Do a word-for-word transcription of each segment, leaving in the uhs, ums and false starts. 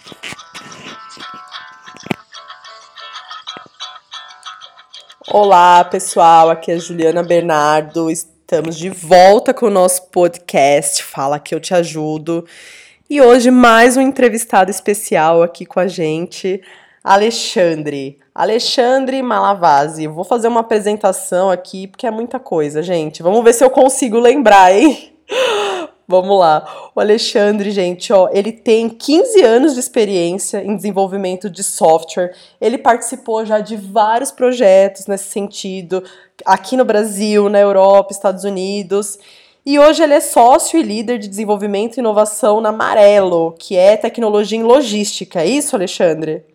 Olá, pessoal, aqui é a Juliana Bernardo, estamos de volta com o nosso podcast Fala Que Eu Te Ajudo, e hoje mais um entrevistado especial aqui com a gente, Alexandre, Alexandre Malavasi. Vou fazer uma apresentação aqui, porque é muita coisa, gente, vamos ver se eu consigo lembrar, hein? Vamos lá. O Alexandre, gente, ó, ele tem quinze anos de experiência em desenvolvimento de software. Ele participou já de vários projetos nesse sentido, aqui no Brasil, na Europa, Estados Unidos. E hoje ele é sócio e líder de desenvolvimento e inovação na Marello, que é tecnologia em logística. É isso, Alexandre?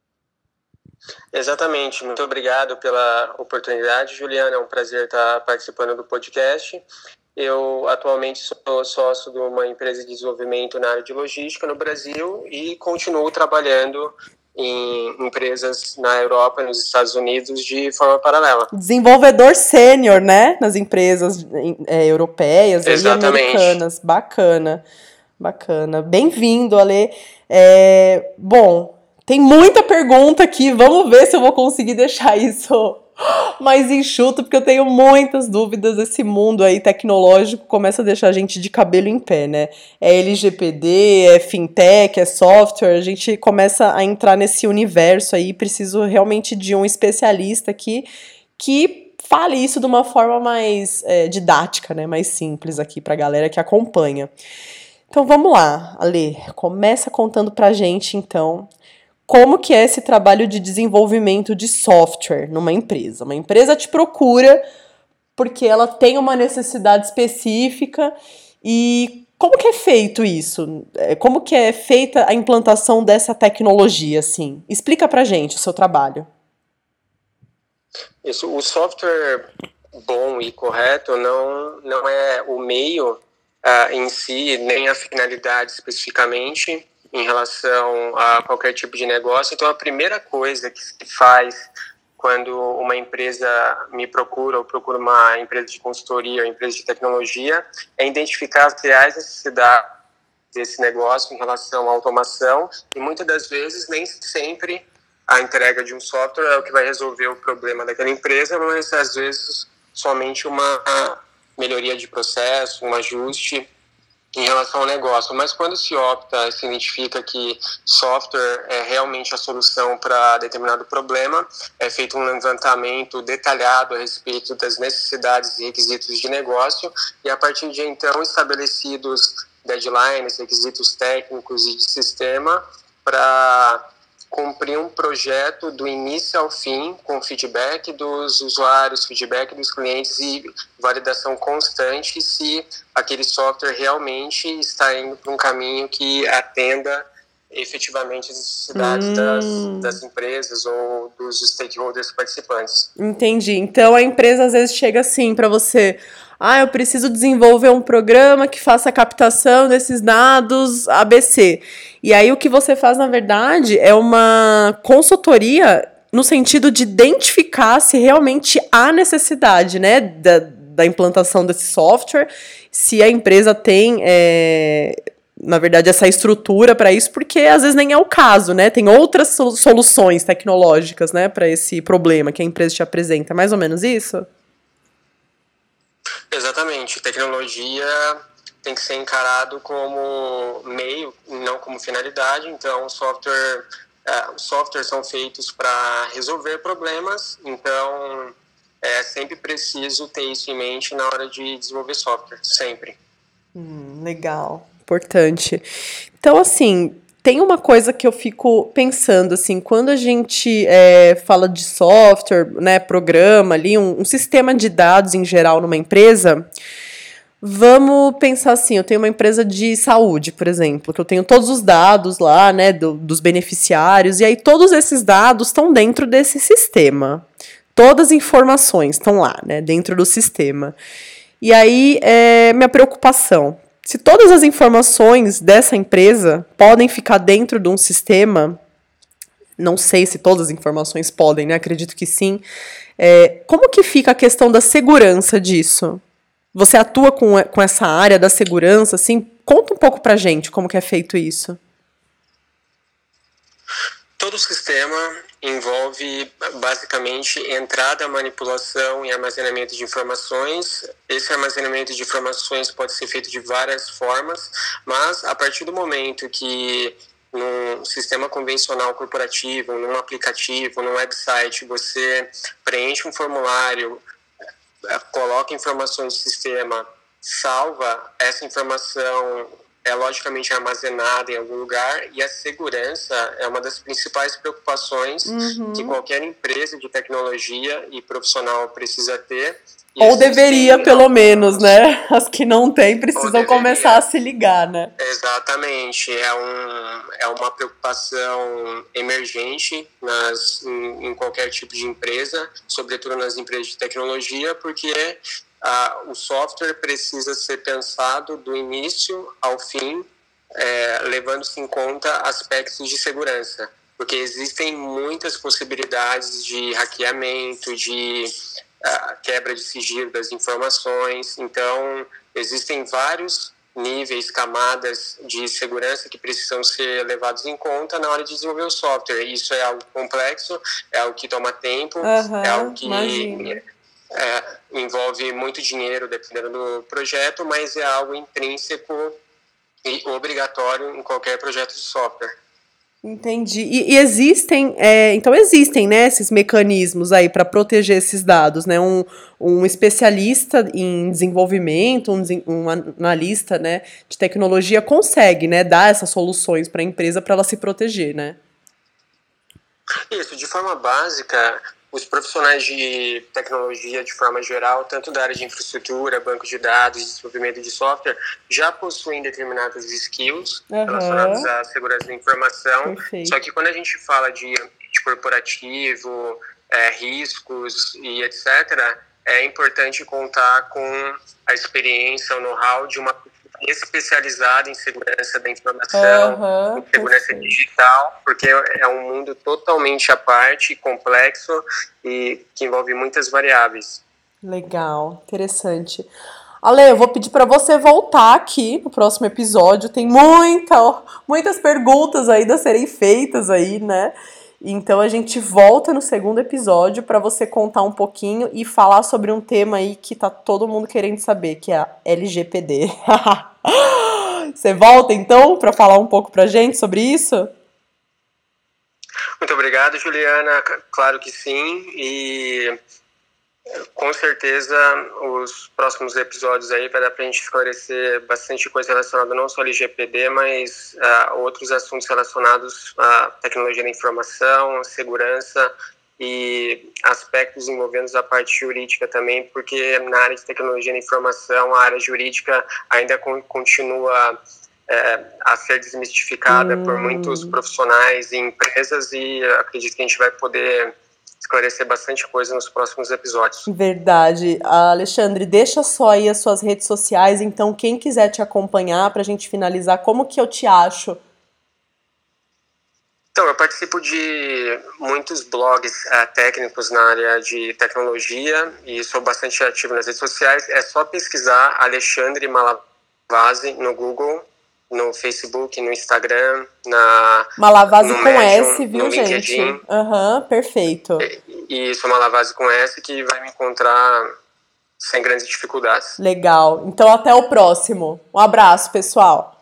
Exatamente. Muito obrigado pela oportunidade, Juliana. É um prazer estar participando do podcast. Eu atualmente sou sócio de uma empresa de desenvolvimento na área de logística no Brasil e continuo trabalhando em empresas na Europa e nos Estados Unidos de forma paralela. Desenvolvedor sênior, né? Nas empresas é, europeias e americanas. Bacana, bacana. Bem-vindo, Ale. É, bom, tem muita pergunta aqui. Vamos ver se eu vou conseguir deixar isso mais enxuto, porque eu tenho muitas dúvidas. Esse mundo aí tecnológico começa a deixar a gente de cabelo em pé, né? É L G P D, é fintech, é software, a gente começa a entrar nesse universo aí. Preciso realmente de um especialista aqui que fale isso de uma forma mais é, didática, né? Mais simples aqui pra galera que acompanha. Então vamos lá, Ale, começa contando pra gente então como que é esse trabalho de desenvolvimento de software numa empresa. Uma empresa te procura porque ela tem uma necessidade específica e como que é feito isso? Como que é feita a implantação dessa tecnologia, assim? Explica pra gente o seu trabalho. Isso, o software bom e correto não, não é o meio uh, em si, nem a finalidade especificamente, em relação a qualquer tipo de negócio. Então, a primeira coisa que se faz quando uma empresa me procura ou procura uma empresa de consultoria ou empresa de tecnologia é identificar as reais necessidades desse negócio em relação à automação, e muitas das vezes nem sempre a entrega de um software é o que vai resolver o problema daquela empresa, mas às vezes somente uma melhoria de processo, um ajuste em relação ao negócio. Mas quando se opta, se identifica que software é realmente a solução para determinado problema, é feito um levantamento detalhado a respeito das necessidades e requisitos de negócio, e a partir de então estabelecidos deadlines, requisitos técnicos e de sistema para cumprir um projeto do início ao fim, com feedback dos usuários, feedback dos clientes e validação constante se aquele software realmente está indo para um caminho que atenda efetivamente as necessidades hum. das, das empresas ou dos stakeholders participantes. Entendi. Então a empresa às vezes chega assim para você: ah, eu preciso desenvolver um programa que faça a captação desses dados A B C. E aí o que você faz, na verdade, é uma consultoria no sentido de identificar se realmente há necessidade, né, da, da implantação desse software, se a empresa tem, é, na verdade, essa estrutura para isso, porque às vezes nem é o caso, né? Tem outras soluções tecnológicas, né, para esse problema que a empresa te apresenta. É mais ou menos isso? Exatamente. Tecnologia tem que ser encarado como meio, não como finalidade. Então, software, uh, softwares são feitos para resolver problemas. Então, é sempre preciso ter isso em mente na hora de desenvolver software, sempre. Hum, legal, importante. Então, assim, tem uma coisa que eu fico pensando, assim, quando a gente é, fala de software, né, programa ali, um, um sistema de dados em geral numa empresa. Vamos pensar assim, eu tenho uma empresa de saúde, por exemplo, que eu tenho todos os dados lá, né, do, dos beneficiários, e aí todos esses dados estão dentro desse sistema. Todas as informações estão lá, né, dentro do sistema. E aí, é minha preocupação, se todas as informações dessa empresa podem ficar dentro de um sistema, não sei se todas as informações podem, né, acredito que sim, é, como que fica a questão da segurança disso? Você atua com, com essa área da segurança, assim? Conta um pouco pra gente como que é feito isso. todo o sistema envolve basicamente entrada, manipulação e armazenamento de informações. Esse armazenamento de informações pode ser feito de várias formas, mas a partir do momento que num sistema convencional corporativo, num aplicativo, num website, você preenche um formulário, coloca informações no sistema, salva essa informação, é logicamente armazenada em algum lugar, e a segurança é uma das principais preocupações uhum. que qualquer empresa de tecnologia e profissional precisa ter. E Ou deveria, pelo menos, né? As que não têm precisam começar a se ligar, né? Exatamente. É, um, é uma preocupação emergente nas, em, em qualquer tipo de empresa, sobretudo nas empresas de tecnologia, porque ah, o software precisa ser pensado do início ao fim, é, levando-se em conta aspectos de segurança, porque existem muitas possibilidades de hackeamento, de a quebra de sigilo das informações. Então, existem vários níveis, camadas de segurança que precisam ser levados em conta na hora de desenvolver o software. Isso é algo complexo, é algo que toma tempo, uhum, é algo que é, envolve muito dinheiro, dependendo do projeto, mas é algo intrínseco e obrigatório em qualquer projeto de software. Entendi. E, e existem, é, então existem, né, esses mecanismos aí para proteger esses dados, né? Um, um especialista em desenvolvimento, um, um analista, né, de tecnologia consegue, né, dar essas soluções para a empresa para ela se proteger, né? Isso, de forma básica, os profissionais de tecnologia, de forma geral, tanto da área de infraestrutura, banco de dados, desenvolvimento de software, já possuem determinadas skills uhum. relacionadas à segurança da informação. Perfeito. Só que quando a gente fala de ambiente corporativo, é, riscos e etcétera, é importante contar com a experiência, o know-how de uma especializada em segurança da informação, uhum, em segurança perfeito. Digital, porque é um mundo totalmente à parte, complexo e que envolve muitas variáveis. Legal, interessante. Ale, eu vou pedir para você voltar aqui no próximo episódio, tem muita, muitas perguntas ainda a serem feitas aí, né? Então a gente volta no segundo episódio para você contar um pouquinho e falar sobre um tema aí que tá todo mundo querendo saber, que é a L G P D. Você volta então para falar um pouco pra gente sobre isso? Muito obrigado, Juliana. Claro que sim. E com certeza os próximos episódios aí vai dar pra gente esclarecer bastante coisa relacionada não só ao L G P D, mas a uh, outros assuntos relacionados à tecnologia da informação, segurança e aspectos envolvendo a parte jurídica também, porque na área de tecnologia da informação, a área jurídica ainda con- continua é, a ser desmistificada hum. por muitos profissionais e empresas, e acredito que a gente vai poder esclarecer bastante coisa nos próximos episódios. Verdade. Alexandre, deixa só aí as suas redes sociais, então quem quiser te acompanhar, pra gente finalizar, como que eu te acho? Então, eu participo de muitos blogs uh, técnicos na área de tecnologia e sou bastante ativo nas redes sociais. É só pesquisar Alexandre Malavasi no Google, no Facebook, no Instagram, na Malavasi no com Medium, S, viu, gente? Aham, uhum, perfeito. E isso, Malavasi com S, que vai me encontrar sem grandes dificuldades. Legal. Então, até o próximo. Um abraço, pessoal.